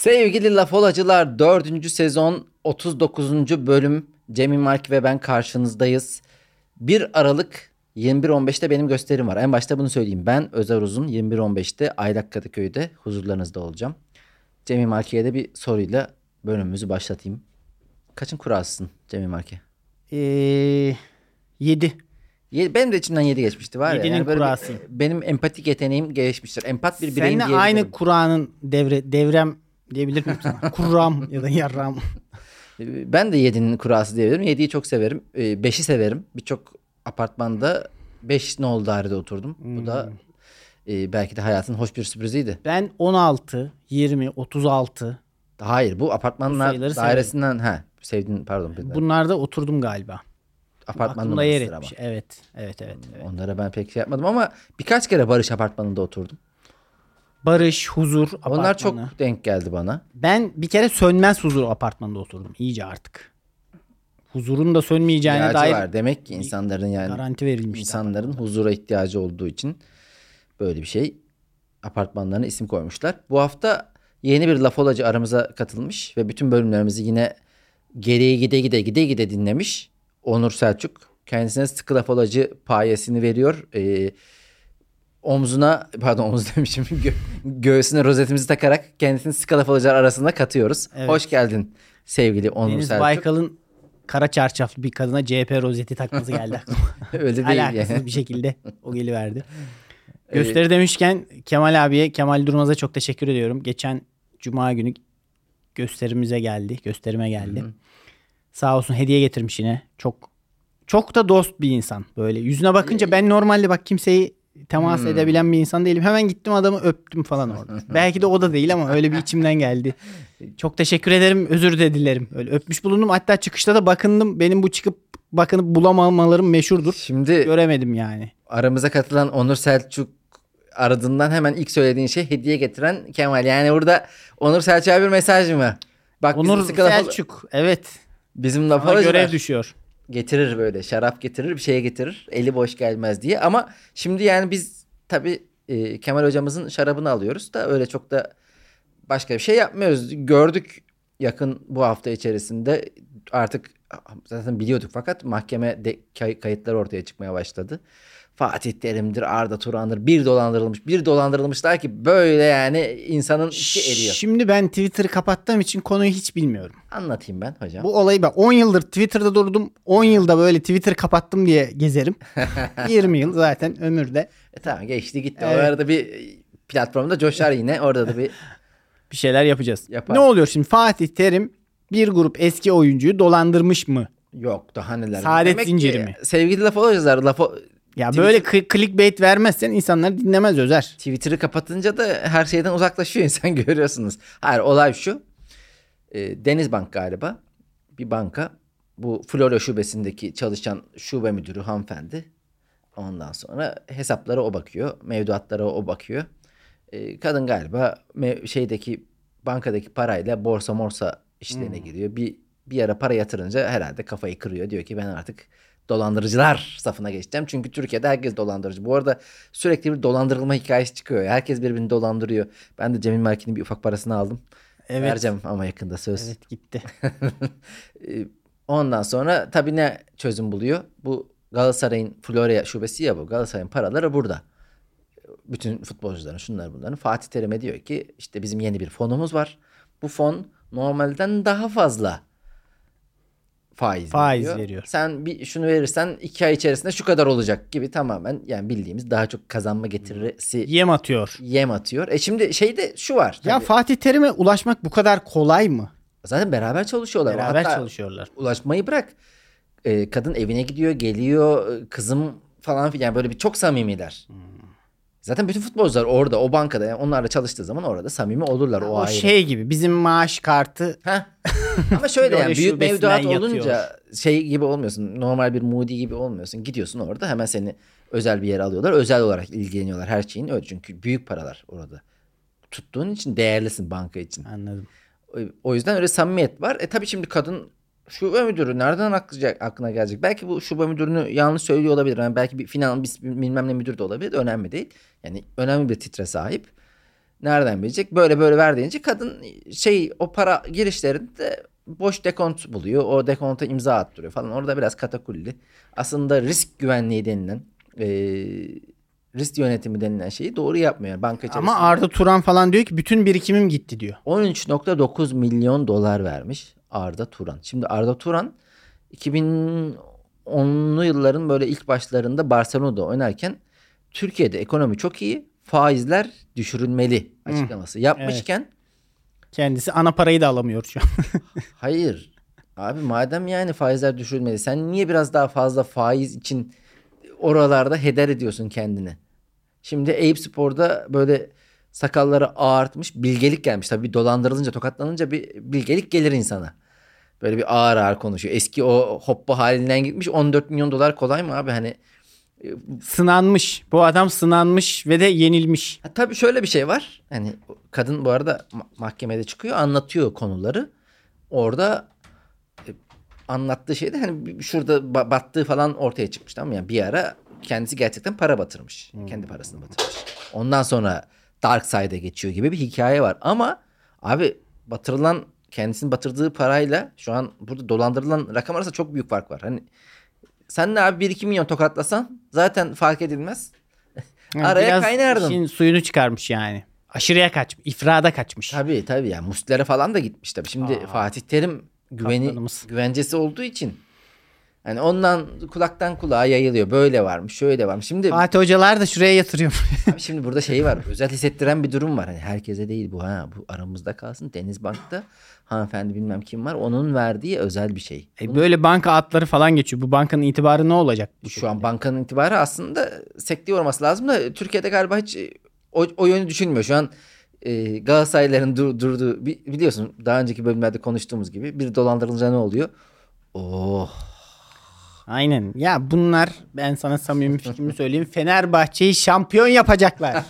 Sevgili Lafolacılar, 4. sezon 39. bölüm. Cemil Mark ve ben karşınızdayız. 1 Aralık 21.15'te benim gösterim var. En başta bunu söyleyeyim. Ben Özer Uzun 21.15'te Aylak Kadıköy'de huzurlarınızda olacağım. Cemil Marki'ye de bir soruyla bölümümüzü başlatayım. Kaçın kurasısın Cemil Marki? 7. Benim de içimden 7 geçmişti var ya. 7'nin Yani böyle kurasıyım. benim empatik yeteneğim gelişmiştir. Empat bir bireyim Seninle diyebilirim. aynı Kur'an'ın devrem diyebilir miyim sana? Kurram ya da yarram. Ben de 7'nin kurası diyebilirim. 7'yi çok severim. 5'i severim. Birçok apartmanda 5 nolu dairede oturdum. Bu da belki de hayatın hoş bir sürpriziydi. Ben 16, 20, 36 Hayır, bu apartmanlar sayıları dairesinden sevdiğin pardon. bunlarda oturdum galiba. Apartman Aklımda yer numarasıdır ama. etmiş. Evet. Onlara ben pek şey yapmadım ama birkaç kere Barış apartmanında oturdum. Barış, huzur apartmanı. Onlar çok denk geldi bana. Ben bir kere sönmez huzur apartmanında oturdum. İyice artık. Huzurun da sönmeyeceğine İhtiyacı dair var. Demek ki insanların garanti verilmiş. İnsanların huzura ihtiyacı olduğu için böyle bir şey apartmanlarına isim koymuşlar. Bu hafta yeni bir Lafolacı aramıza katılmış ve bütün bölümlerimizi yine geriye gide dinlemiş. Onur Selçuk kendisine sıkı Lafolacı payesini veriyor. Omuz demişim. Göğsüne rozetimizi takarak kendisini sıkı Lafolacılar arasında katıyoruz. Evet. Hoş geldin sevgili Onur Deniz Selçuk. Baykal'ın kara çarşaflı bir kadına CHP rozeti takması geldi aklıma. Öyle değil Alakasız yani. bir şekilde o geliverdi. Gösteri demişken Kemal abiye, Kemal Durmaz'a çok teşekkür ediyorum. Geçen Cuma günü gösterime geldi. Hı-hı. Sağ olsun hediye getirmiş yine. Çok da dost bir insan. Böyle yüzüne bakınca ben normalde bak kimseyi temas edebilen bir insan değilim. Hemen gittim adamı öptüm falan orada. Belki de o da değil ama öyle bir içimden geldi. Çok teşekkür ederim. Özür de dilerim. Öyle öpmüş bulundum. Hatta çıkışta da bakındım. Benim bu çıkıp bakınıp bulamamalarım meşhurdur. Şimdi Göremedim yani. aramıza katılan Onur Selçuk aradığından hemen ilk söylediğin şey hediye getiren Kemal. Yani burada Onur Selçuk'a bir mesaj mı? Bak Onur Selçuk. Evet. bizim Sana Lafolacılar görev düşüyor. getirir böyle şarap getirir bir şeye getirir eli boş gelmez diye. Ama şimdi yani biz tabii Kemal hocamızın şarabını alıyoruz da öyle çok da başka bir şey yapmıyoruz. Gördük yakın bu hafta içerisinde artık zaten biliyorduk fakat mahkeme kayıtları ortaya çıkmaya başladı. Fatih Terim'dir, Arda Turan'dır bir dolandırılmışlar ki böyle yani insanın içi eriyor. Şimdi ben Twitter'ı kapattığım için konuyu hiç bilmiyorum. Anlatayım ben hocam. Bu olayı ben 10 yıldır Twitter'da durdum. 10 yılda böyle Twitter kapattım diye gezerim. 20 yıl zaten ömürde. Tamam geçti gitti. Evet. O arada bir platformda coşar yine. Orada da Bir şeyler yapacağız. Yapar. Ne oluyor şimdi? Fatih Terim bir grup eski oyuncuyu dolandırmış mı? yok daha neler. Saadet Demek zinciri ki mi? Sevgili Lafolacılar Ya Twitter- böyle clickbait vermezsen insanlar dinlemez Özer. Twitter'ı kapatınca da her şeyden uzaklaşıyor insan görüyorsunuz. Hayır olay şu. Denizbank galiba bir banka. Bu Florya şubesindeki çalışan şube müdürü hanımefendi. Ondan sonra hesaplara o bakıyor. Mevduatlara o bakıyor. Kadın galiba bankadaki parayla borsa işlerine giriyor. Bir ara para yatırınca herhalde kafayı kırıyor. Diyor ki ben artık dolandırıcılar safına geçeceğim. Çünkü Türkiye'de herkes dolandırıcı. Bu arada sürekli bir dolandırılma hikayesi çıkıyor. Herkes birbirini dolandırıyor. Ben de Cemil Marki'nin bir ufak parasını aldım. Evet. Vereceğim ama yakında söz. Evet gitti. Ondan sonra tabii ne çözüm buluyor? Bu Galatasaray'ın Florya şubesi ya bu. Galatasaray'ın paraları burada. Bütün futbolcuların bunların. Fatih Terim'e diyor ki işte bizim yeni bir fonumuz var. Bu fon normalden daha fazla faiz veriyor. Sen bir şunu verirsen 2 ay içerisinde şu kadar olacak gibi tamamen yani bildiğimiz daha çok kazanma getirisi Yem atıyor. yem atıyor. Şimdi şeyde şu var. Ya Tabii. Fatih Terim'e ulaşmak bu kadar kolay mı? Zaten beraber çalışıyorlar. Beraber Hatta çalışıyorlar. ulaşmayı bırak. Kadın evine gidiyor, geliyor, kızım falan filan yani böyle bir çok samimiler. Zaten bütün futbolcular orada, o bankada yani onlarla çalıştığı zaman orada samimi olurlar. O ayrı. şey gibi bizim maaş kartı. Heh. Ama şöyle yani büyük şubesinden mevduat yatıyor. olunca şey gibi olmuyorsun. Normal bir Moody gibi olmuyorsun. Gidiyorsun orada hemen seni özel bir yere alıyorlar. Özel olarak ilgileniyorlar her şeyin. Öyle çünkü büyük paralar orada. Tuttuğun için değerlisin banka için. Anladım. O yüzden öyle samimiyet var. Tabii şimdi kadın şube müdürü nereden aklına gelecek? Belki bu şube müdürünü yanlış söylüyor olabilir. Yani belki bir bilmem ne müdür de olabilir. Önemli değil. Yani önemli bir titre sahip. Nereden bilecek? Böyle böyle ver deyince kadın o para girişlerinde boş dekont buluyor. O dekonta imza attırıyor falan. Orada biraz katakulli. Aslında risk güvenliği denilen risk yönetimi denilen şeyi doğru yapmıyor. Banka içerisinde. Ama Arda Turan falan diyor ki bütün birikimim gitti diyor. 13.9 milyon dolar vermiş Arda Turan. Şimdi Arda Turan 2010'lu yılların böyle ilk başlarında Barcelona'da oynarken Türkiye'de ekonomi çok iyi, faizler düşürülmeli açıklaması yapmışken kendisi ana parayı da alamıyor şu an. hayır abi, madem yani faizler düşürülmeli, sen niye biraz daha fazla faiz için oralarda heder ediyorsun kendini? Şimdi Eyüpspor'da böyle sakalları ağartmış, bilgelik gelmiş. Tabii dolandırılınca, tokatlanınca bir bilgelik gelir insana. Böyle bir ağır ağır konuşuyor. Eski o hoppa halinden gitmiş. 14 milyon dolar kolay mı abi? Hani Sınanmış. Bu adam sınanmış ve de yenilmiş. tabii şöyle bir şey var. Hani kadın bu arada mahkemede çıkıyor, anlatıyor konuları. Orada anlattığı şeyde hani şurada battığı falan ortaya çıkmış, tamam mı? Yani bir ara kendisi gerçekten para batırmış. Kendi parasını batırmış. Ondan sonra Dark Side'e geçiyor gibi bir hikaye var. Ama abi kendisini batırdığı parayla şu an burada dolandırılan rakam arasında çok büyük fark var. Hani sen ne abi 1-2 milyon tokatlasan zaten fark edilmez. Yani Araya biraz kaynardın. işin suyunu çıkarmış yani. Aşırıya kaçmış. İfrada kaçmış. Tabii yani Muslera'ya falan da gitmiş tabii. Şimdi Fatih Terim kaptanımız. güvencesi olduğu için hani ondan kulaktan kulağa yayılıyor. Böyle varmış, şöyle varmış. Şimdi Fatih hocalar da şuraya yatırıyor. abi şimdi burada var. Özel hissettiren bir durum var. Hani herkese değil bu, bu aramızda kalsın. Denizbank'ta hanımefendi bilmem kim var. Onun verdiği özel bir şey. Böyle banka atları falan geçiyor. Bu bankanın itibarı ne olacak? Şu an bankanın itibarı aslında sekteye olması lazım da Türkiye'de galiba hiç o yönü düşünmüyor. Şu an Galatasaraylıların durduğu biliyorsun, daha önceki bölümlerde konuştuğumuz gibi bir dolandırılınca ne oluyor? Oh. Aynen. Ya bunlar, ben sana samimi fikrimi söyleyeyim, Fenerbahçe'yi şampiyon yapacaklar.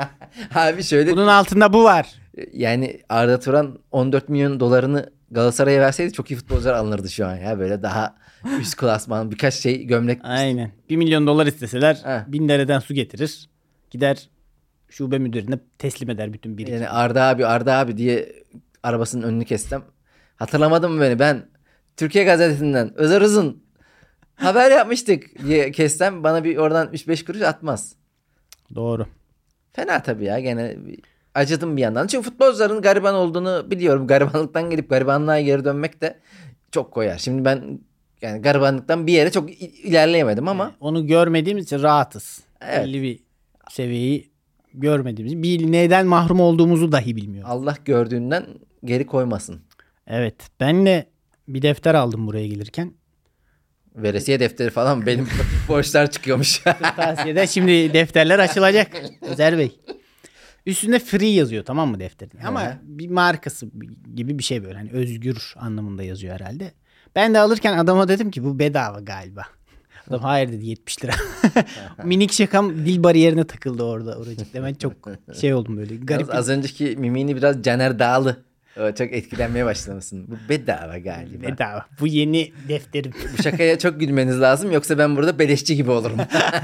Abi şöyle. Bunun altında bu var. Yani Arda Turan 14 milyon dolarını Galatasaray'a verseydi çok iyi futbolcular alınırdı şu an ya. Böyle daha üst klasman birkaç gömlek. Aynen. 1 milyon dolar isteseler Heh. 1000 dereden su getirir. Gider şube müdürüne teslim eder bütün birikimi. Yani Arda abi diye arabasının önünü kessem. Hatırlamadın mı beni? Ben Türkiye Gazetesi'nden Özer Uzun haber yapmıştık diye kessem bana bir oradan 3-5 kuruş atmaz. Doğru. Fena tabii ya, gene acıdım bir yandan. Çünkü futbolcuların gariban olduğunu biliyorum. Garibanlıktan gelip garibanlığa geri dönmek de çok koyar. Şimdi ben yani garibanlıktan bir yere çok ilerleyemedim ama. Onu görmediğimiz için rahatız. Evet. Belli bir seviyeyi görmediğimiz, bir neden mahrum olduğumuzu dahi bilmiyoruz. Allah gördüğünden geri koymasın. Evet. Ben de bir defter aldım buraya gelirken. Veresiye defteri falan benim borçlar çıkıyormuş. Kırtasiyede şimdi defterler açılacak. Özer Bey. Üstünde free yazıyor, tamam mı defterin? Ama bir markası gibi bir şey böyle. Hani özgür anlamında yazıyor herhalde. Ben de alırken adama dedim ki bu bedava galiba. Adam hayır dedi, 70 lira. Minik şakam dil bariyerine takıldı oracıkta. Ben çok oldum böyle. Garip. Az önceki mimini biraz Caner Dağlı. Çok etkilenmeye başlamışsın. Bu bedava galiba. Bedava. Bu yeni defterim. Bu şakaya çok gülmeniz lazım. Yoksa ben burada beleşçi gibi olurum.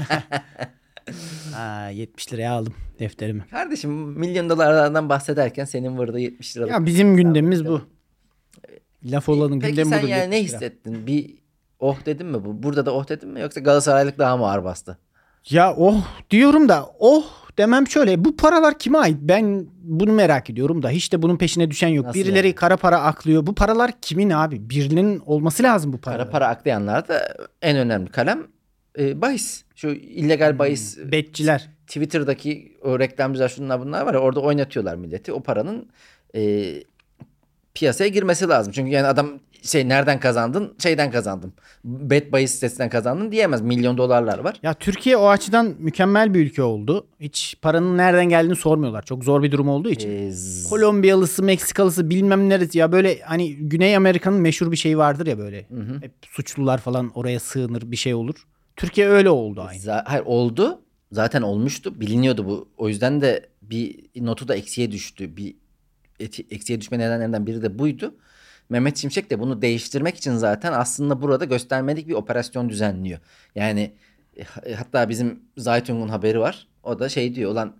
70 liraya aldım defterimi. Kardeşim, milyon dolarlardan bahsederken senin burada 70 liralık. Ya bizim gündemimiz bu. Laf olanın Peki gündemi sen budur. yani ne 70 lira. hissettin? Bir oh dedin mi bu? Burada da oh dedin mi? Yoksa Galatasaraylık daha mı ağır bastı? Ya oh diyorum da demem şöyle. Bu paralar kime ait? Ben bunu merak ediyorum da hiç de bunun peşine düşen yok. Nasıl Birileri yani? Kara para aklıyor. Bu paralar kimin abi? Birinin olması lazım bu paralar. Kara para aklayanlar da en önemli kalem bahis. Şu illegal bahis. Betçiler. Twitter'daki o reklamcılar, şunlar bunlar var ya, orada oynatıyorlar milleti. O paranın piyasaya girmesi lazım. Çünkü yani adam nereden kazandın? Şeyden kazandım. Bet bahis sitesinden kazandın diyemez. Milyon dolarlar var. Ya Türkiye o açıdan mükemmel bir ülke oldu. Hiç paranın nereden geldiğini sormuyorlar. Çok zor bir durum olduğu için. Kolombiyalısı, Meksikalısı, bilmem neresi ya, böyle hani Güney Amerika'nın meşhur bir şeyi vardır ya böyle. Hı. Hep suçlular falan oraya sığınır, bir şey olur. Türkiye öyle oldu aynı. Hayır, oldu. Zaten olmuştu. Biliniyordu bu. O yüzden de bir notu da eksiye düştü. Bir eksiye düşme nedenlerinden biri de buydu. Mehmet Şimşek de bunu değiştirmek için zaten aslında burada göstermelik bir operasyon düzenliyor. Yani hatta bizim Zaytung'un haberi var. O da diyor, ulan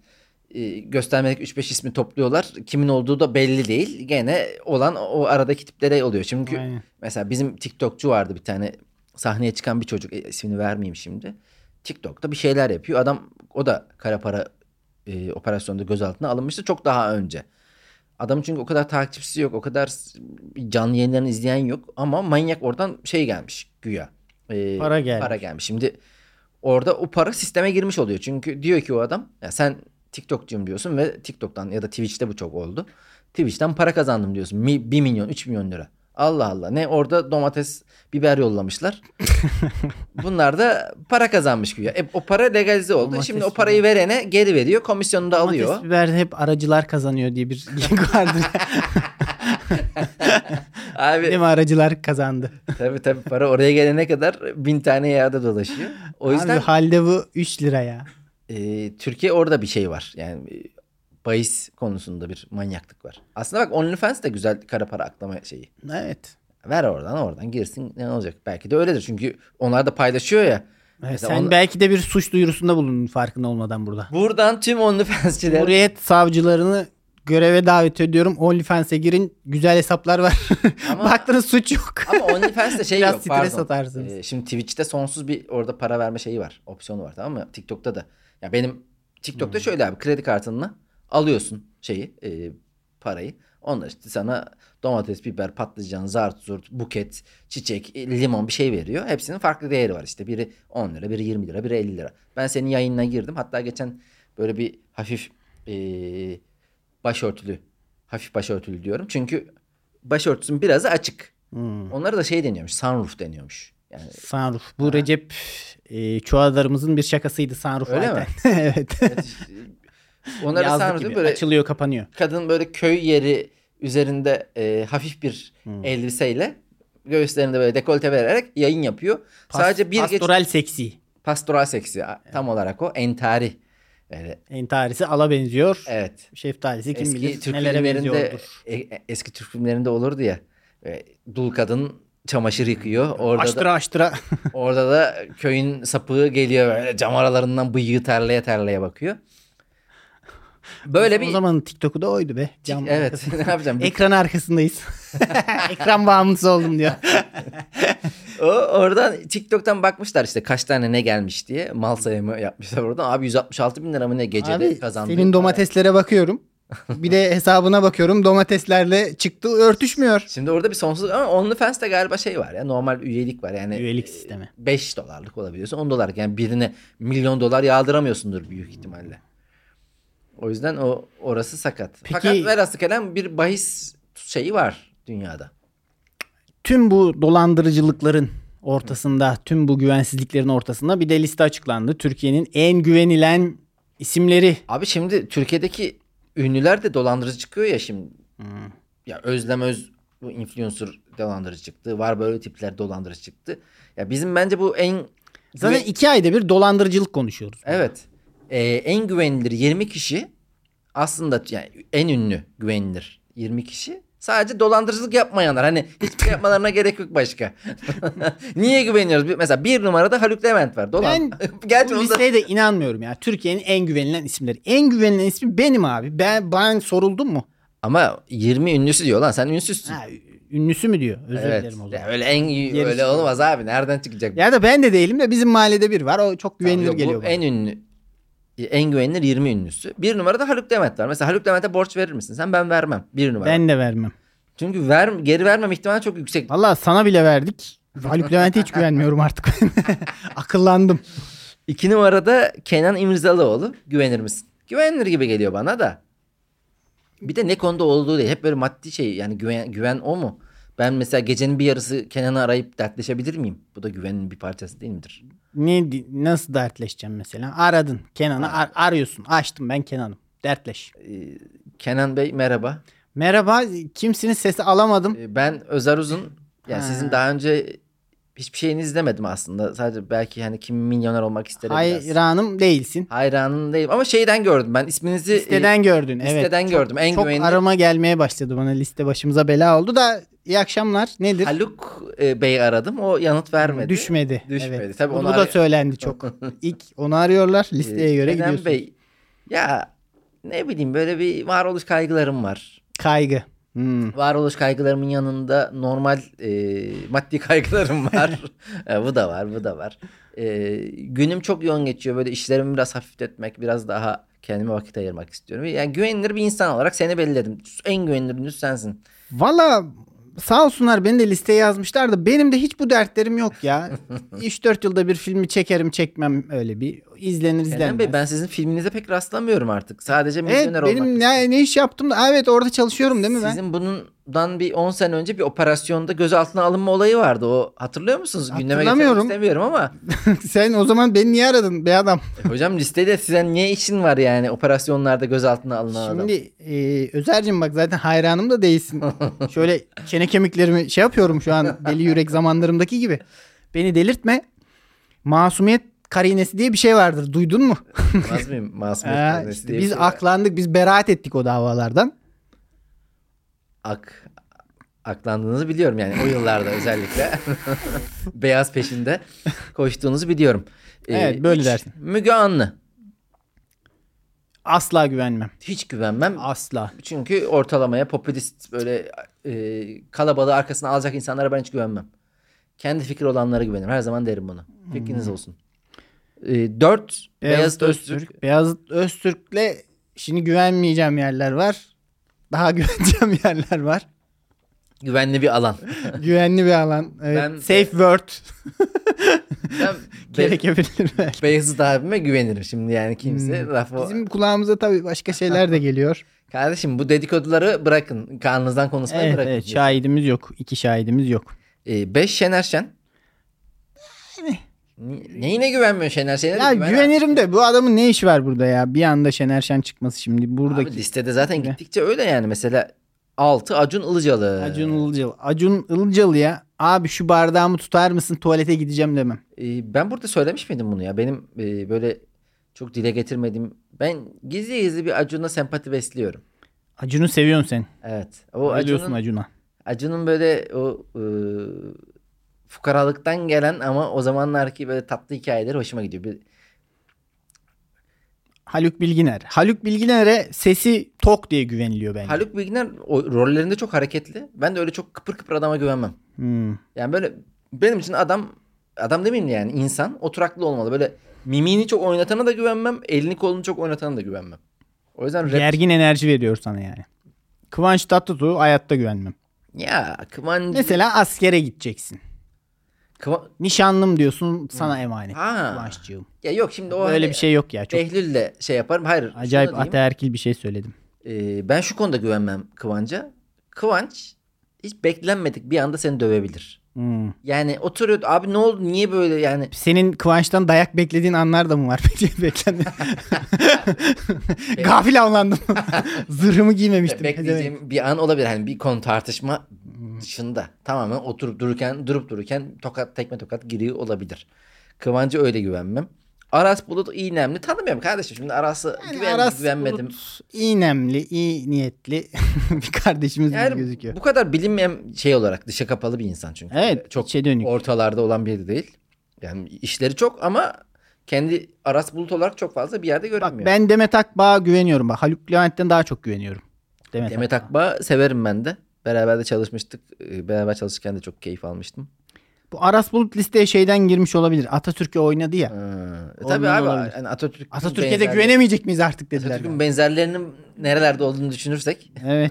göstermelik 3-5 ismi topluyorlar. Kimin olduğu da belli değil. Gene olan o aradaki tiplere oluyor. Çünkü Aynen. mesela bizim TikTokçu vardı bir tane, sahneye çıkan bir çocuk, ismini vermeyeyim şimdi. TikTok'ta bir şeyler yapıyor. Adam, o da kara para operasyonda gözaltına alınmıştı çok daha önce. Adamın çünkü o kadar takipçisi yok. O kadar canlı yayınlarını izleyen yok. Ama manyak oradan şey gelmiş güya. Para gelmiş. Para gelmiş. Şimdi orada o para sisteme girmiş oluyor. Çünkü diyor ki o adam, ya sen TikTok'cuyum diyorsun ve TikTok'tan ya da Twitch'te bu çok oldu. Twitch'ten para kazandım diyorsun. 1 milyon 3 milyon lira. Allah Allah, ne orada domates biber yollamışlar. Bunlar da para kazanmış güya. O para legalize oldu. Domates, Şimdi o parayı verene geri veriyor. Komisyonunu da alıyor. Domates biber hep aracılar kazanıyor diye bir geyik vardır. Abi, Değil mi, aracılar kazandı. tabii para oraya gelene kadar 1000 tane yağda dolaşıyor. O yüzden Abi halde bu 3 lira ya. Türkiye orada bir şey var. Yani bahis konusunda bir manyaklık var. Aslında bak, OnlyFans de güzel kara para aklama şeyi. Evet. Ver oradan girsin, ne olacak? Belki de öyledir. Çünkü onlar da paylaşıyor ya. Evet, Mesela sen belki de bir suç duyurusunda bulundun farkında olmadan burada. Buradan tüm OnlyFans'çiler, Cumhuriyet savcılarını göreve davet ediyorum. OnlyFans'e girin. Güzel hesaplar var. Ama- Baktınız suç yok. ama OnlyFans'te şey Biraz yok, stres pardon. atarsınız. Şimdi Twitch'te sonsuz bir orada para verme şeyi var. Opsiyonu var, tamam mı? TikTok'ta da. Ya benim TikTok'ta şöyle abi, kredi kartınla alıyorsun parayı. Onlar işte sana domates, biber, patlıcan, zart zurt, buket, çiçek, limon bir şey veriyor. Hepsinin farklı değeri var işte. Biri 10 lira, biri 20 lira, biri 50 lira. Ben senin yayınına girdim. Hatta geçen böyle bir hafif hafif başörtülü diyorum. Çünkü başörtüsün birazı açık. Onlara da şey deniyormuş, sunroof deniyormuş. Yani Sunroof. Bu Recep Çuadar'ımızın bir şakasıydı sunroof. Öyle mi? Evet. onlara Yazlık sunroof gibi böyle açılıyor kapanıyor. kadın böyle köy yeri üzerinde hafif bir elbiseyle göğüslerinde böyle dekolte vererek yayın yapıyor. Sadece Pastoral seksi. pastoral seksi tam olarak o entari. Entarisi ala benziyor. Evet. Şeftalisi kim Eski bilir Türk nelere filmlerinde benziyordur. eski Türk filmlerinde olurdu ya. Dul kadın çamaşır yıkıyor. Aştıra. Orada da köyün sapığı geliyor, böyle cam aralarından bıyığı terleye terleye bakıyor. Böyle bir O zamanın TikTok'u da oydu be. Cam evet, arkasında. ne yapacağım? Ekran arkasındayız. Ekran bağımlısı oldum diyor. Oradan TikTok'tan bakmışlar işte kaç tane ne gelmiş diye. Mal sayımı yapmışlar oradan. Abi 166 bin lira mı ne gecede Abi kazandı. senin domateslere bakıyorum. Bir de hesabına bakıyorum. Domateslerle çıktı örtüşmüyor. Şimdi orada bir sonsuz, ama OnlyFans'ta galiba şey var ya, normal üyelik var. Yani Üyelik sistemi. 5 dolarlık olabiliyorsa 10 dolarlık. Yani birine milyon dolar yağdıramıyorsundur büyük ihtimalle. O yüzden orası sakat. Peki- Fakat velhasıl kelam bir bahis şeyi var dünyada. Tüm bu dolandırıcılıkların ortasında, tüm bu güvensizliklerin ortasında bir de liste açıklandı. Türkiye'nin en güvenilen isimleri. Abi şimdi Türkiye'deki ünlüler de dolandırıcı çıkıyor ya şimdi. Ya Özlem bu influencer dolandırıcı çıktı. Var böyle tipler dolandırıcı çıktı. Ya bizim bence bu Zaten 2 ayda bir dolandırıcılık konuşuyoruz. evet. En güvenilir 20 kişi aslında, yani en ünlü güvenilir 20 kişi sadece dolandırıcılık yapmayanlar. Hani hiçbir şey yapmalarına gerek yok başka. Niye güveniyoruz? Mesela 1 numarada Haluk Levent var. Ben Gerçi bu onda- listeye de inanmıyorum ya. Türkiye'nin en güvenilen isimleri. En güvenilen ismi benim abi. Ben soruldum mu? Ama 20 ünlüsü diyor lan, sen ünsüzsün. Ha, ünlüsü mü diyor? Özür Evet. dilerim o Ya zaman. öyle öyle olmaz abi. Nereden çıkacak? Ya da ben de değilim de bizim mahallede bir var. O çok güvenilir Yok, bu geliyor bana. en güvenilir 20 ünlüsü. 1 numarada Haluk Levent var. Mesela Haluk Levent'e borç verir misin? Ben vermem. 1 numara. Ben de vermem. Çünkü geri vermem ihtimali çok yüksek. Valla sana bile verdik. Haluk Levent'e hiç güvenmiyorum artık. Akıllandım. 2 numarada Kenan İmirzalıoğlu. Güvenir misin? Güvenilir gibi geliyor bana da. Bir de ne konuda olduğu değil. Hep böyle maddi şey, yani güven o mu? Ben mesela gecenin bir yarısı Kenan'ı arayıp dertleşebilir miyim? Bu da güvenin bir parçası değil midir? Nasıl dertleşeceğim mesela? Aradın Kenan'ı arıyorsun. Açtım ben Kenan'ım. Dertleş. Kenan Bey merhaba. Merhaba, kimsiniz, sesi alamadım. Ben Özer Uzun. Yani Ha. sizin daha önce hiçbir şeyini izlemedim aslında. Sadece belki hani kim milyoner olmak ister biraz. Hayranım değilsin. Hayranın değilim ama şeyden gördüm ben isminizi. Listeden gördün. Evet. Listeden gördüm. En Çok güvenilir. arama gelmeye başladı bana. Liste başımıza bela oldu da iyi akşamlar. Nedir? Haluk Bey aradım. O yanıt vermedi. Düşmedi. Düşmedi. Evet. Tabii Bu onu da söylendi çok. İlk onu arıyorlar listeye göre Kenan gidiyorsun. Bey, ya Ne bileyim böyle bir varoluş kaygılarım var. Kaygı. Varoluş kaygılarımın yanında normal maddi kaygılarım var. Bu da var, bu da var. Günüm çok yoğun geçiyor. Böyle işlerimi biraz hafifletmek, biraz daha kendime vakit ayırmak istiyorum. Yani güvenilir bir insan olarak seni belirledim. En güveniliriniz sensin. Valla sağ olsunlar beni de listeye yazmışlar da benim de hiç bu dertlerim yok ya. 3-4 yılda bir filmi çekerim çekmem öyle bir izlenir Kenan izlenmez. Bey, ben sizin filminize pek rastlamıyorum artık. Sadece Evet milyoner olmak benim istiyorum. ne iş yaptım da evet orada çalışıyorum değil mi ben? Sizin bundan bir 10 sene önce bir operasyonda gözaltına alınma olayı vardı. O hatırlıyor musunuz? Gündeme getirmek Hatırlamıyorum. istemiyorum ama. Sen o zaman beni niye aradın be adam? Hocam listede size niye işin var yani operasyonlarda gözaltına alınan adam? Şimdi Özer'cim bak zaten hayranım da değilsin. Şöyle çene kemiklerimi şey yapıyorum şu an deli yürek zamanlarımdaki gibi. Beni delirtme. Masumiyet karinesi diye bir şey vardır. Duydun mu? Olmaz mıyım? Masumiyet karinesi İşte diye bir biz şey var. aklandık. Biz beraat ettik o davalardan. Aklandığınızı biliyorum yani o yıllarda özellikle. Beyaz peşinde koştuğunuzu biliyorum. Evet, böyle üç, dersin. Müge Anlı. Asla güvenmem. Hiç güvenmem. Asla. Çünkü ortalamaya popülist böyle kalabalığı arkasına alacak insanlara ben hiç güvenmem. Kendi fikri olanlara güvenirim. Her zaman derim bunu. Fikriniz olsun. 4. Beyazıt Öztürk. Beyazıt Öztürk'le şimdi güvenmeyeceğim yerler var. Daha güveneceğim yerler var. Güvenli bir alan. Güvenli bir alan. Evet. Safe word. Ben Gerekebilir belki. Beyazıt abime güvenirim. Şimdi yani kimse lafı... Bizim kulağımıza tabii başka şeyler de geliyor. Kardeşim bu dedikoduları bırakın. Karnınızdan konuşmayı Evet, bırakın. evet, şahidimiz yok. 2 şahidimiz yok. 5 Şener Şen. Neyine güvenmiyor Şener Şen'e? Ya güvenirim de bu adamın ne işi var burada ya? Bir anda Şener Şen çıkması şimdi buradaki. Abi listede zaten gittikçe öyle yani. Mesela 6 Acun Ilıcalı. Acun Ilıcalı. Acun Ilıcalı ya. Abi şu bardağımı tutar mısın, tuvalete gideceğim demem. Ben burada söylemiş miydim bunu ya? Benim böyle çok dile getirmediğim... Ben gizli gizli bir Acun'la sempati besliyorum. Acun'u seviyorsun sen. Evet. O Ne diyorsun Acun'a? Acun'un böyle o fukaralıktan gelen ama o zamanlarki böyle tatlı hikayeleri hoşuma gidiyor. Haluk Bilginer. Haluk Bilginer'e sesi tok diye güveniliyor bence. Haluk Bilginer o rollerinde çok hareketli. Ben de öyle çok kıpır kıpır adama güvenmem. Yani böyle benim için adam demeyeyim yani insan oturaklı olmalı. Böyle mimiğini çok oynatana da güvenmem. Elini kolunu çok oynatana da güvenmem. O yüzden rap... Gergin enerji veriyor sana yani. Kıvanç Tatlıtuğ hayatta güvenmem. Ya Kıvanç... Mesela askere gideceksin. Nişanlım diyorsun sana emanet. Kıvançcığım. Ya yok şimdi o... Öyle bir şey yok ya. Çok Behlül'le şey yaparım. Hayır. acayip ataerkil bir şey söyledim. Ben şu konuda güvenmem Kıvanç'a. Kıvanç hiç beklenmedik bir anda seni dövebilir. Yani oturuyor abi ne oldu niye böyle yani. Senin Kıvanç'tan dayak beklediğin anlar da mı var? Beklendi. Gafil avlandım. Zırhımı giymemiştim. Bekleyeceğim bir an olabilir. Hani bir konu tartışma dışında. Tamamen durup dururken tekme tokat giriyor olabilir. Kıvanç'a öyle güvenmem. Aras Bulut İynemli tanımıyorum kardeşim. Şimdi Aras'ı güvenmedim. Bulut, İynemli, iyi niyetli bir kardeşimiz gibi Yani gözüküyor. bu kadar bilinmeyen şey olarak dışa kapalı bir insan çünkü. Evet, çok içe dönük. Ortalarda olan biri değil. Yani işleri çok ama kendi Aras Bulut olarak çok fazla bir yerde görünmüyor. Bak ben Demet Akbağ'a güveniyorum. Bak Haluk Levent'ten daha çok güveniyorum. Demet Akbağ severim ben de. Beraber de çalışmıştık. Beraber çalışırken de çok keyif almıştım. Bu Aras Bulut listeye şeyden girmiş olabilir. Atatürk'e oynadı ya. Tabii abi. Yani Atatürk'e de güvenemeyecek miyiz artık dediler. Atatürk'ün yani. benzerlerinin nerelerde olduğunu düşünürsek. Evet.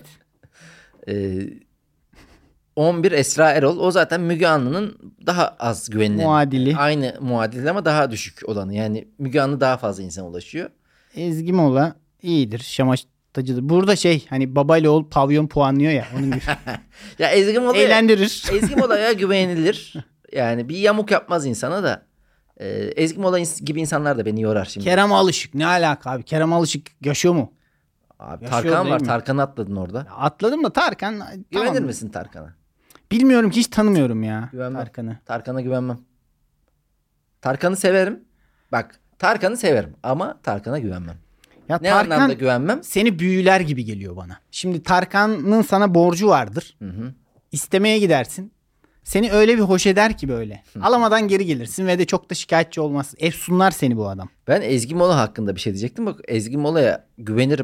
11 Esra Erol. O zaten Müge Anlı'nın daha az güvenilen. Muadili. Aynı muadili ama daha düşük olanı. Yani Müge Anlı daha fazla insana ulaşıyor. Ezgi Mola iyidir. Şamaştacıdır. Burada hani babayla oğul pavyon puanlıyor ya. Onun gibi. Ya Ezgi Mola eğlendirir. Ezgi Mola'ya güvenilir. Yani bir yamuk yapmaz insana da. Ezgi Mola gibi insanlar da beni yorar şimdi. Kerem Alışık ne alaka abi? Kerem Alışık yaşıyor mu? Abi Yaşıyor Tarkan var. mi? Tarkan'ı atladın orada. Ya atladım da Tarkan. Güvenir tamam. misin Tarkan'a? Bilmiyorum ki hiç tanımıyorum ya. Güvenmem. Tarkan'ı. Tarkan'a güvenmem. Tarkan'ı severim. Bak Tarkan'ı severim ama Tarkan'a güvenmem. Ya Ne Tarkan anlamda güvenmem? seni büyüler gibi geliyor bana. Şimdi Tarkan'ın sana borcu vardır. İstemeye gidersin. Seni öyle bir hoş eder ki böyle. Alamadan geri gelirsin ve de çok da şikayetçi olmazsın. Efsunlar seni bu adam. Ben Ezgi Mola hakkında bir şey diyecektim. Bak Ezgi Mola'ya güvenirim.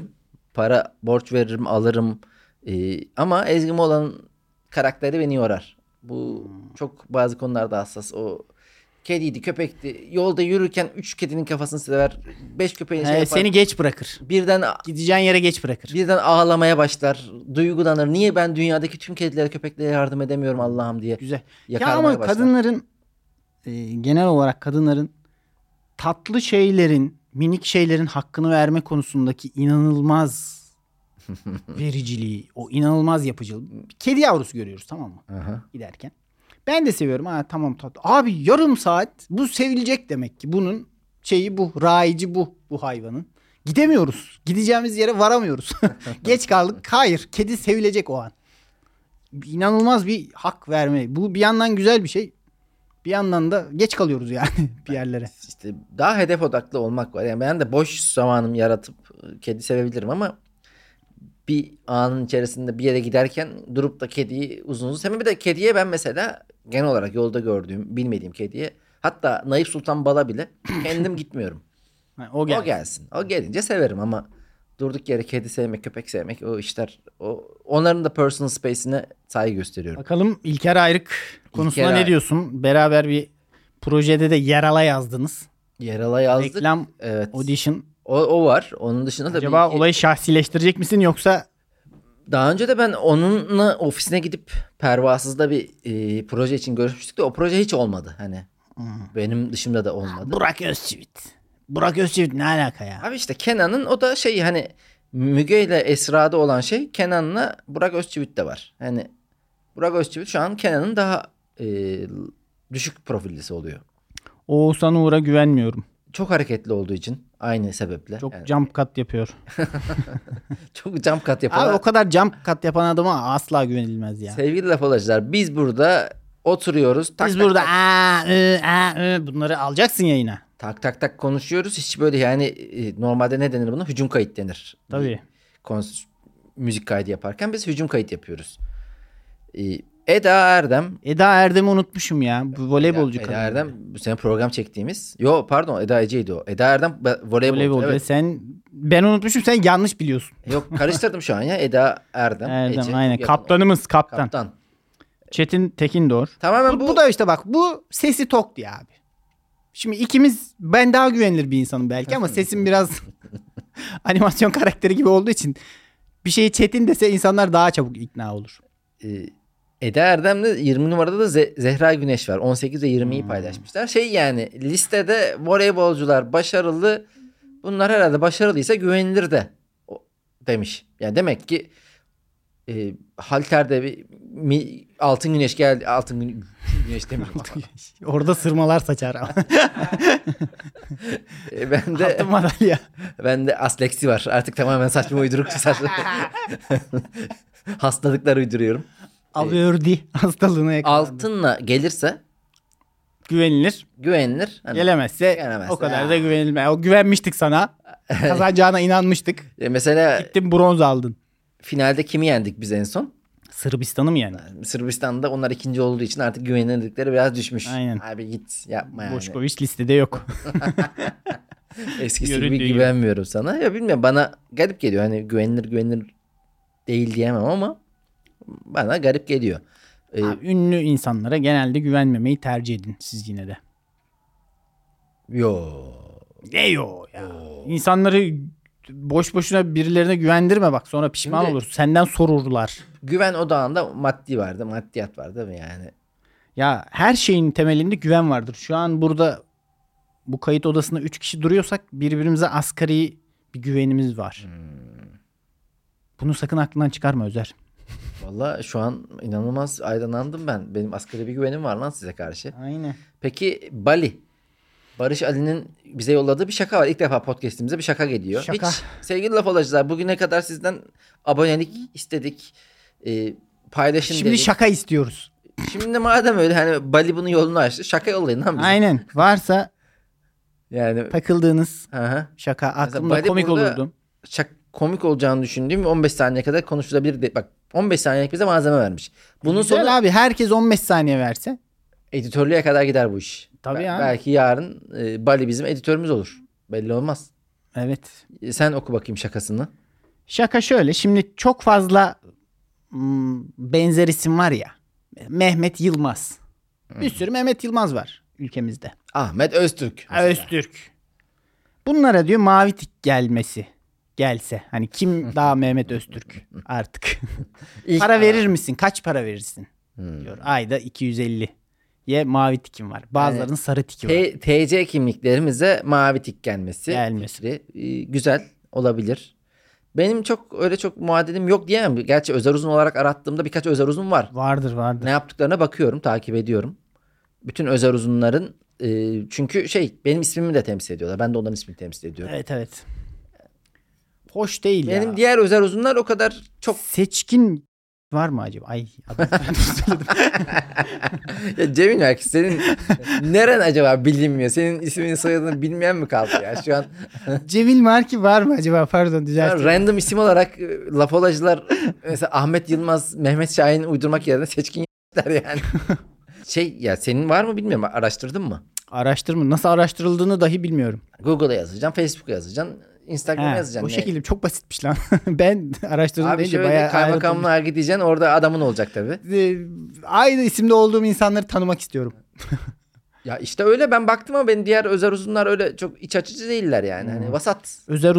Para borç veririm, alırım. Ama Ezgi Mola'nın karakteri beni yorar. Bu çok bazı konularda hassas. O kediydi, köpekti. Yolda yürürken 3 kedinin kafasını sever. 5 köpeğin şey yapar. Seni geç bırakır. Gideceğin yere geç bırakır. Birden ağlamaya başlar. Duygulanır. Niye ben dünyadaki tüm kedilere, köpeklere yardım edemiyorum Allah'ım diye. Güzel. Ya Yakarmaya ama başlar. kadınların genel olarak kadınların tatlı şeylerin, minik şeylerin hakkını verme konusundaki inanılmaz vericiliği, o inanılmaz yapıcılığı. Bir kedi yavrusu görüyoruz, tamam mı? Aha. Giderken. Ben de seviyorum. Ha, tamam tatlı. Abi yarım saat bu sevilecek demek ki. Bunun şeyi bu. Raici bu hayvanın. Gidemiyoruz. Gideceğimiz yere varamıyoruz. Geç kaldık. Hayır. Kedi sevilecek o an. İnanılmaz bir hak verme. Bu bir yandan güzel bir şey. Bir yandan da geç kalıyoruz yani bir yerlere. İşte daha hedef odaklı olmak var. Yani ben de boş zamanım yaratıp kedi sevebilirim ama bir anın içerisinde bir yere giderken durup da kediyi uzun sevmem. Bir de kediye ben mesela genel olarak yolda gördüğüm, bilmediğim kediye, hatta Naif Sultan Bal'a bile kendim gitmiyorum. O gelsin. O gelsin. O gelince severim ama durduk yere kedi sevmek, köpek sevmek, o işler, onların da personal space'ine saygı gösteriyorum. Bakalım İlker Ayrık konusunda İlker ne diyorsun? Beraber bir projede de yer ala yazdınız. Yarala yazdık. Reklam, Evet. audition. O var. Onun dışında da Acaba bir iki... olayı şahsileştirecek misin yoksa? Daha önce de ben onunla ofisine gidip Pervasız'da bir proje için görüşmüştük de o proje hiç olmadı. Hani benim dışımda da olmadı. Burak Özçivit. Burak Özçivit ne alaka ya? Abi işte Kenan'ın, o da şey, hani Müge ile Esra'da olan şey Kenan'la Burak Özçivit'te var. Hani Burak Özçivit şu an Kenan'ın daha düşük profillisi oluyor. Oğuzhan Uğur'a güvenmiyorum. Çok hareketli olduğu için aynı sebeple. Çok Yani jump cut yapıyor. çok jump cut yapan. Abi o kadar jump cut yapan adama asla güvenilmez ya. Sevgili laf olacaklar, biz burada oturuyoruz. Tak, Biz tak, burada tak, bunları alacaksın yayına. tak tak tak konuşuyoruz. Hiç böyle yani normalde ne denir buna? Hücum kayıt denir. Tabii. Müzik kaydı yaparken biz hücum kayıt yapıyoruz. Eda Erdem. Eda Erdem'i unutmuşum ya. Bu voleybolcu Eda kadın. Erdem bu sene program çektiğimiz. Yo pardon, Eda Ece'ydi o. Eda Erdem voleybolcu. Evet. Ben unutmuşum, sen yanlış biliyorsun. Yok, karıştırdım şu an ya. Eda Erdem. Erdem Ece, aynen. yakın Kaptanımız kaptan. Kaptan. Çetin Tekindor. Tamamen Bu da işte bak, bu sesi tok diye abi. Şimdi ikimiz, ben daha güvenilir bir insanım belki ama sesim biraz animasyon karakteri gibi olduğu için bir şeyi Çetin dese insanlar daha çabuk ikna olur. Eda Erdem'de 20 numarada da Zehra Güneş var. 18 ve 20'yi paylaşmışlar. Şey, yani listede voleybolcular başarılı. Bunlar herhalde başarılıysa güvenilir de demiş. Yani demek ki halterde bir Altın Güneş geldi. Güneş demiyorum. Orada sırmalar saçar. Altın madalya. Bende asleksi var. Artık tamamen saçma uyduruk hastalıklar uyduruyorum. Averdi hastalığına yakalandı. Altınla gelirse güvenilir. Hani Gelemezse o kadar da güvenilmez. O güvenmiştik sana. Kazanacağına inanmıştık. Mesela gittin bronz aldın. Finalde kimi yendik biz en son? Sırbistan'ı mı yendik? Sırbistan'da onlar ikinci olduğu için artık güvenilirlikleri biraz düşmüş. Aynen. Abi git yapma yani. Boşkoviç listede yok. Eskisi gibi güvenmiyorum sana. Ya bilmiyorum, bana garip geliyor. Hani güvenilir değil diyemem ama bana garip geliyor. Abi, ünlü insanlara genelde güvenmemeyi tercih edin siz yine de. Ne yo ya. İnsanları boş boşuna birilerine güvendirme, bak sonra pişman Şimdi, olursun. Senden sorurlar. Güven odağında maddiyat var değil mi yani? Ya her şeyin temelinde güven vardır. Şu an burada bu kayıt odasında 3 kişi duruyorsak birbirimize asgari bir güvenimiz var. Bunu sakın aklından çıkarma Özer. Vallahi şu an inanılmaz aydınlandım ben. Benim asgari bir güvenim var lan size karşı. Aynen. Peki Bali. Barış Ali'nin bize yolladığı bir şaka var. İlk defa podcast'imize bir şaka geliyor. Şaka. Hiç, sevgili laf olacaklar, bugüne kadar sizden abonelik istedik. Paylaşın Şimdi dedik. şaka istiyoruz. Şimdi madem öyle, hani Bali bunun yolunu açtı. Şaka yollayın lan bize. Aynen. Varsa yani takıldığınız hı. şaka aklımda Bali komik olurdu. Komik olacağını düşündüğüm 15 saniye kadar konuşulabilir. Bak 15 saniyelik bize malzeme vermiş. Bunun Güzel sonu abi, herkes 15 saniye verse. editörlüğe kadar gider bu iş. Tabii ya. Belki yarın Bali bizim editörümüz olur. Belli olmaz. Evet. Sen oku bakayım şakasını. Şaka şöyle. Şimdi çok fazla benzer isim var ya. Mehmet Yılmaz. Bir sürü Mehmet Yılmaz var ülkemizde. Ahmet Öztürk. mesela. Öztürk. Bunlara diyor mavi tik gelse. Hani kim daha Mehmet Öztürk artık. İlk- Para verir misin? Kaç para verirsin? Diyor. Ayda 250'ye mavi tikim var. Bazılarının sarı tiki var. TC kimliklerimize mavi tik gelmesi. Gelmesi. Güzel olabilir. Benim çok muadelim yok diyemem. Gerçi özel uzun olarak arattığımda birkaç özel uzun var. Vardır. Ne yaptıklarına bakıyorum, takip ediyorum. Bütün özel uzunların çünkü benim ismimi de temsil ediyorlar. Ben de onların ismini temsil ediyorum. Evet. Hoş değil ya. Benim diğer özel uzunlar o kadar çok. Seçkin var mı acaba? Ay adını söyledim. Ya Cemil belki senin neren acaba bilinmiyor? Senin ismini soyadını bilmeyen mi kaldı ya şu an? Cemil Marki var mı acaba? Pardon düzelttim. Random isim olarak lafolacılar mesela Ahmet Yılmaz, Mehmet Şahin uydurmak yerine seçkin yapmışlar yani. Ya senin var mı bilmiyorum. Araştırdın mı? Araştırma. Nasıl araştırıldığını dahi bilmiyorum. Google'a yazacaksın, Facebook'a yazacaksın, Instagram'a yazacaksın. O şekilde çok basitmiş lan. Ben araştırdım Abi deyince şöyle bayağı kaymakamlığa gideceksin, orada adamın olacak tabii. aynı isimde olduğum insanları tanımak istiyorum. Ya işte öyle, ben baktım ama benim diğer özel uzunlar öyle çok iç açıcı değiller yani. Hani vasat.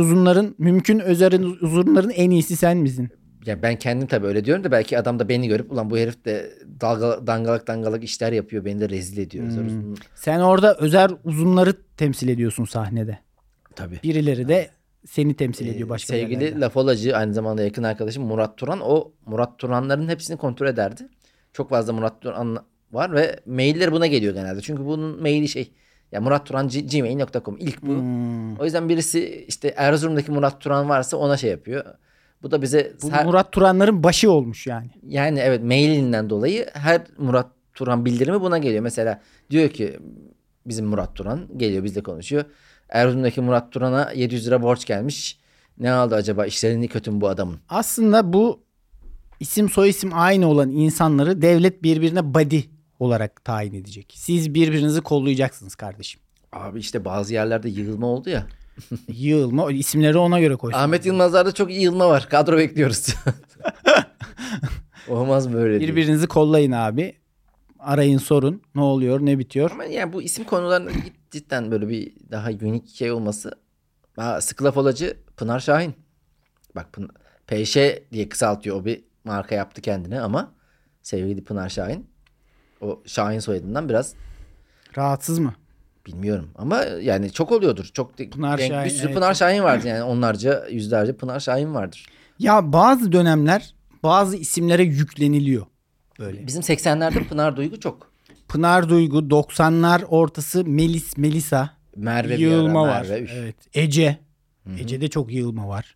Özer uzunların en iyisi sen misin? Ya ben kendim tabii öyle diyorum da belki adam da beni görüp ulan bu herif de dangalak işler yapıyor, beni de rezil ediyor. Özel uzun. Sen orada özer uzunları temsil ediyorsun sahnede. Tabii. Birileri de seni temsil ediyor başka Sevgili yerlerde. lafolacı, aynı zamanda yakın arkadaşım Murat Turan. O Murat Turanların hepsini kontrol ederdi. Çok fazla Murat Turan var ve mailler buna geliyor genelde. Çünkü bunun maili ya Murat Turan gmail.com ilk bu. O yüzden birisi işte Erzurum'daki Murat Turan varsa ona yapıyor. Bu da bize Bu Murat Turanların başı olmuş yani. yani evet, mailinden dolayı her Murat Turan bildirimi buna geliyor. Mesela diyor ki bizim Murat Turan geliyor, bizle konuşuyor. Erzurum'daki Murat Turan'a 700 lira borç gelmiş. Ne aldı acaba? İşlerini kötü mü bu adamın? Aslında bu isim soyisim aynı olan insanları devlet birbirine buddy olarak tayin edecek. Siz birbirinizi kollayacaksınız kardeşim. Abi işte bazı yerlerde yığılma oldu ya. Yığılma, isimleri ona göre koysun. Ahmet Yılmazlar'da çok yığılma var. Kadro bekliyoruz. Olmaz mı öyle? Birbirinizi kollayın abi. Arayın, sorun. Ne oluyor, ne bitiyor? Ama yani bu isim konularında cidden böyle bir daha unik olması. Sıkı laf olacı Pınar Şahin. Bak PŞ diye kısaltıyor. O bir marka yaptı kendine ama sevgili Pınar Şahin. O Şahin soyadından biraz Rahatsız mı? bilmiyorum ama yani çok oluyordur. Çok Pınar Şahin, bir sürü evet. Pınar Şahin vardı yani, onlarca, yüzlerce Pınar Şahin vardır. Ya bazı dönemler bazı isimlere yükleniliyor. Böyle. Bizim 80'lerde Pınar Duygu çok. Pınar Duygu, 90'lar ortası Melisa. Merve Yığılma var. Merve. Evet. Ece. Ece'de çok yığılma var.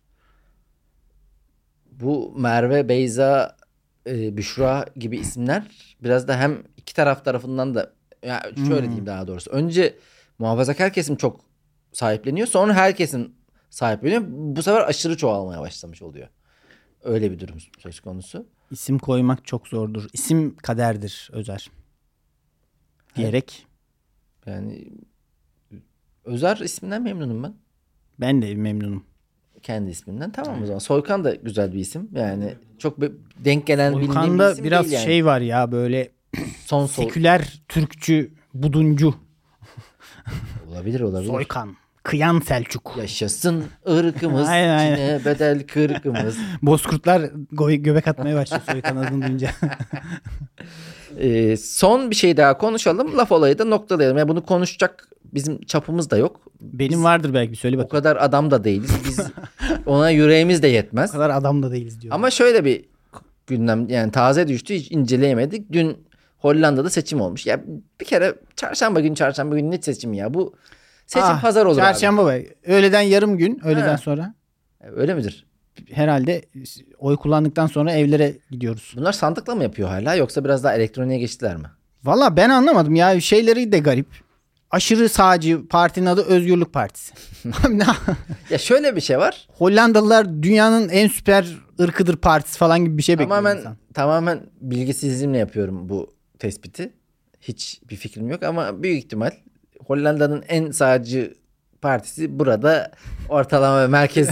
Bu Merve, Beyza, Büşra gibi isimler biraz da hem iki tarafından da, ya şöyle diyeyim daha doğrusu. Önce muhafazakar kesim çok sahipleniyor. Sonra herkesin sahipleniyor. Bu sefer aşırı çoğalmaya başlamış oluyor. Öyle bir durum söz konusu. İsim koymak çok zordur. İsim kaderdir Özer. Diyerek. Yani Özer isminden memnunum ben. Ben de memnunum. Kendi isminden. Tamam o zaman. Soykan da güzel bir isim. Yani çok denk gelen bildiğim bir Soykan'da isim biraz değil yani. şey var ya böyle Sol. seküler, Türkçü, buduncu. Olabilir. Soykan. Kıyan Selçuk. Yaşasın ırkımız, Aynen. Çin'e bedel kırkımız. Bozkurtlar göbek atmaya başlıyor Soykan adını duyunca. Son bir şey daha konuşalım. Laf olayı da noktalayalım. Yani bunu konuşacak bizim çapımız da yok. Benim vardır belki, söyle O bakayım. kadar adam da değiliz. Biz ona yüreğimiz de O yetmez. kadar adam da değiliz diyor. Ama şöyle bir gündem, yani taze düştü, hiç inceleyemedik. Dün Hollanda'da seçim olmuş. Ya bir kere çarşamba günü ne seçimi ya? Bu seçim pazar olur Çarşamba abi. Öğleden yarım gün, öğleden sonra. Öyle midir? Herhalde oy kullandıktan sonra evlere gidiyoruz. Bunlar sandıkla mı yapıyor hala, yoksa biraz daha elektroniğe geçtiler mi? Valla ben anlamadım ya, şeyleri de garip. Aşırı sağcı partinin adı Özgürlük Partisi. Ya şöyle bir şey var. Hollandalılar dünyanın en süper ırkıdır partisi falan gibi bir şey bekliyor insan. Tamamen bilgisizliğimle yapıyorum bu tespiti. Hiç bir fikrim yok ama büyük ihtimal Hollanda'nın en sağcı Partisi burada ortalama ve merkez.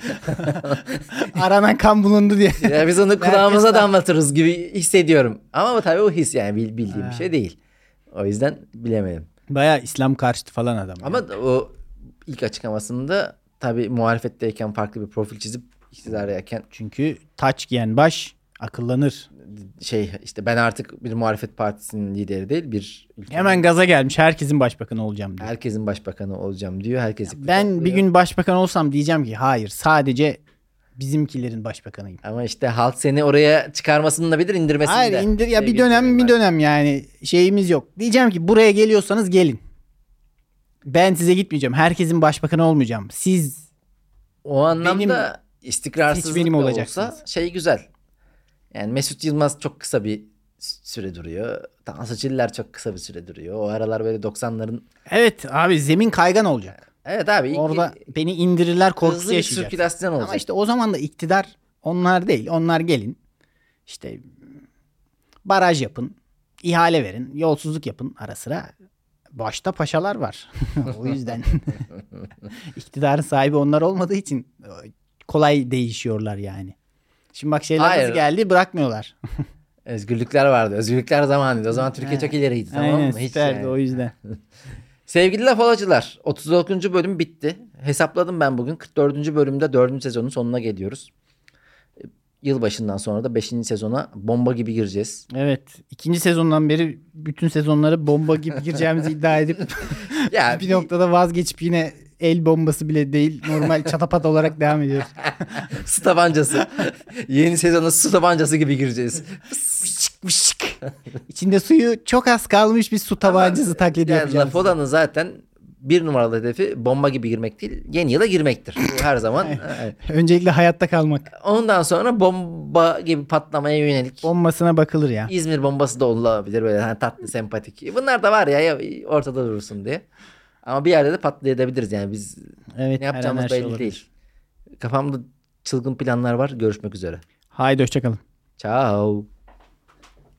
Aranan kan bulundu diye. Yani biz onu kulağımıza damlatırız gibi hissediyorum. Ama bu tabii o his yani bildiğim bir şey değil. O yüzden bilemedim. Bayağı İslam karşıtı falan adam. Ama o ilk açıklamasında tabii muhalefetteyken farklı bir profil çizip iktidardayken Çünkü taç giyen baş akıllanır. işte ben artık bir muhalefet partisinin lideri değil bir Hemen gaza gelmiş. Herkesin başbakanı olacağım diyor. herkesin başbakanı olacağım diyor. Herkesi Ben bir gün başbakan olsam diyeceğim ki hayır, sadece bizimkilerin başbakanıyım. ama işte halk seni oraya çıkarmasını da bilir, indirmesini de. Hayır indir ya, bir Sevgili dönem Süleyman. bir dönem yani şeyimiz yok. Diyeceğim ki buraya geliyorsanız gelin. Ben size gitmeyeceğim. Herkesin başbakanı olmayacağım. Siz O anlamda istikrarsızlık benim da olacaksınız. olsa şey güzel. Yani Mesut Yılmaz çok kısa bir süre duruyor. Tansu Çiller çok kısa bir süre duruyor. O aralar böyle 90'ların. evet abi, zemin kaygan olacak. Evet abi. Orada beni indirirler korkusu hızlı bir yaşayacağız. sirkülasyon olacak. Ama işte o zaman da iktidar onlar değil. Onlar gelin. İşte baraj yapın. İhale verin. Yolsuzluk yapın ara sıra. Başta paşalar var. O yüzden iktidarın sahibi onlar olmadığı için kolay değişiyorlar yani. Şimdi bak şeyler Hayır. nasıl geldi, bırakmıyorlar. Özgürlükler vardı. Özgürlükler zamanıydı. O zaman Türkiye çok ileriydi, tamam mı? Aynen, Hiç süperdi yani. o yüzden. Sevgili laf olacılar, 39. bölüm bitti. Hesapladım ben bugün. 44. bölümde 4. sezonun sonuna geliyoruz. Yılbaşından sonra da 5. sezona bomba gibi gireceğiz. Evet. 2. sezondan beri bütün sezonları bomba gibi gireceğimizi iddia edip Ya bir noktada vazgeçip yine el bombası bile değil, normal çatapat olarak devam ediyoruz. su tabancası. Yeni sezona su tabancası gibi gireceğiz. Vışık vışık. İçinde suyu çok az kalmış bir su tabancası taklidi Yani yapacağız. laf olanın zaten bir numaralı hedefi bomba gibi girmek değil, yeni yıla girmektir. Bu her zaman. Evet. Öncelikle hayatta kalmak. Ondan sonra bomba gibi patlamaya yönelik. Bombasına bakılır ya. İzmir bombası da olabilir böyle tatlı, sempatik. Bunlar da var ya ortada durursun diye. Ama bir yerde de patlayabiliriz yani biz Evet, ne yapacağımız her an her şey belli olabilir. değil. Kafamda çılgın planlar var. Görüşmek üzere. Haydi hoşçakalın. Ciao.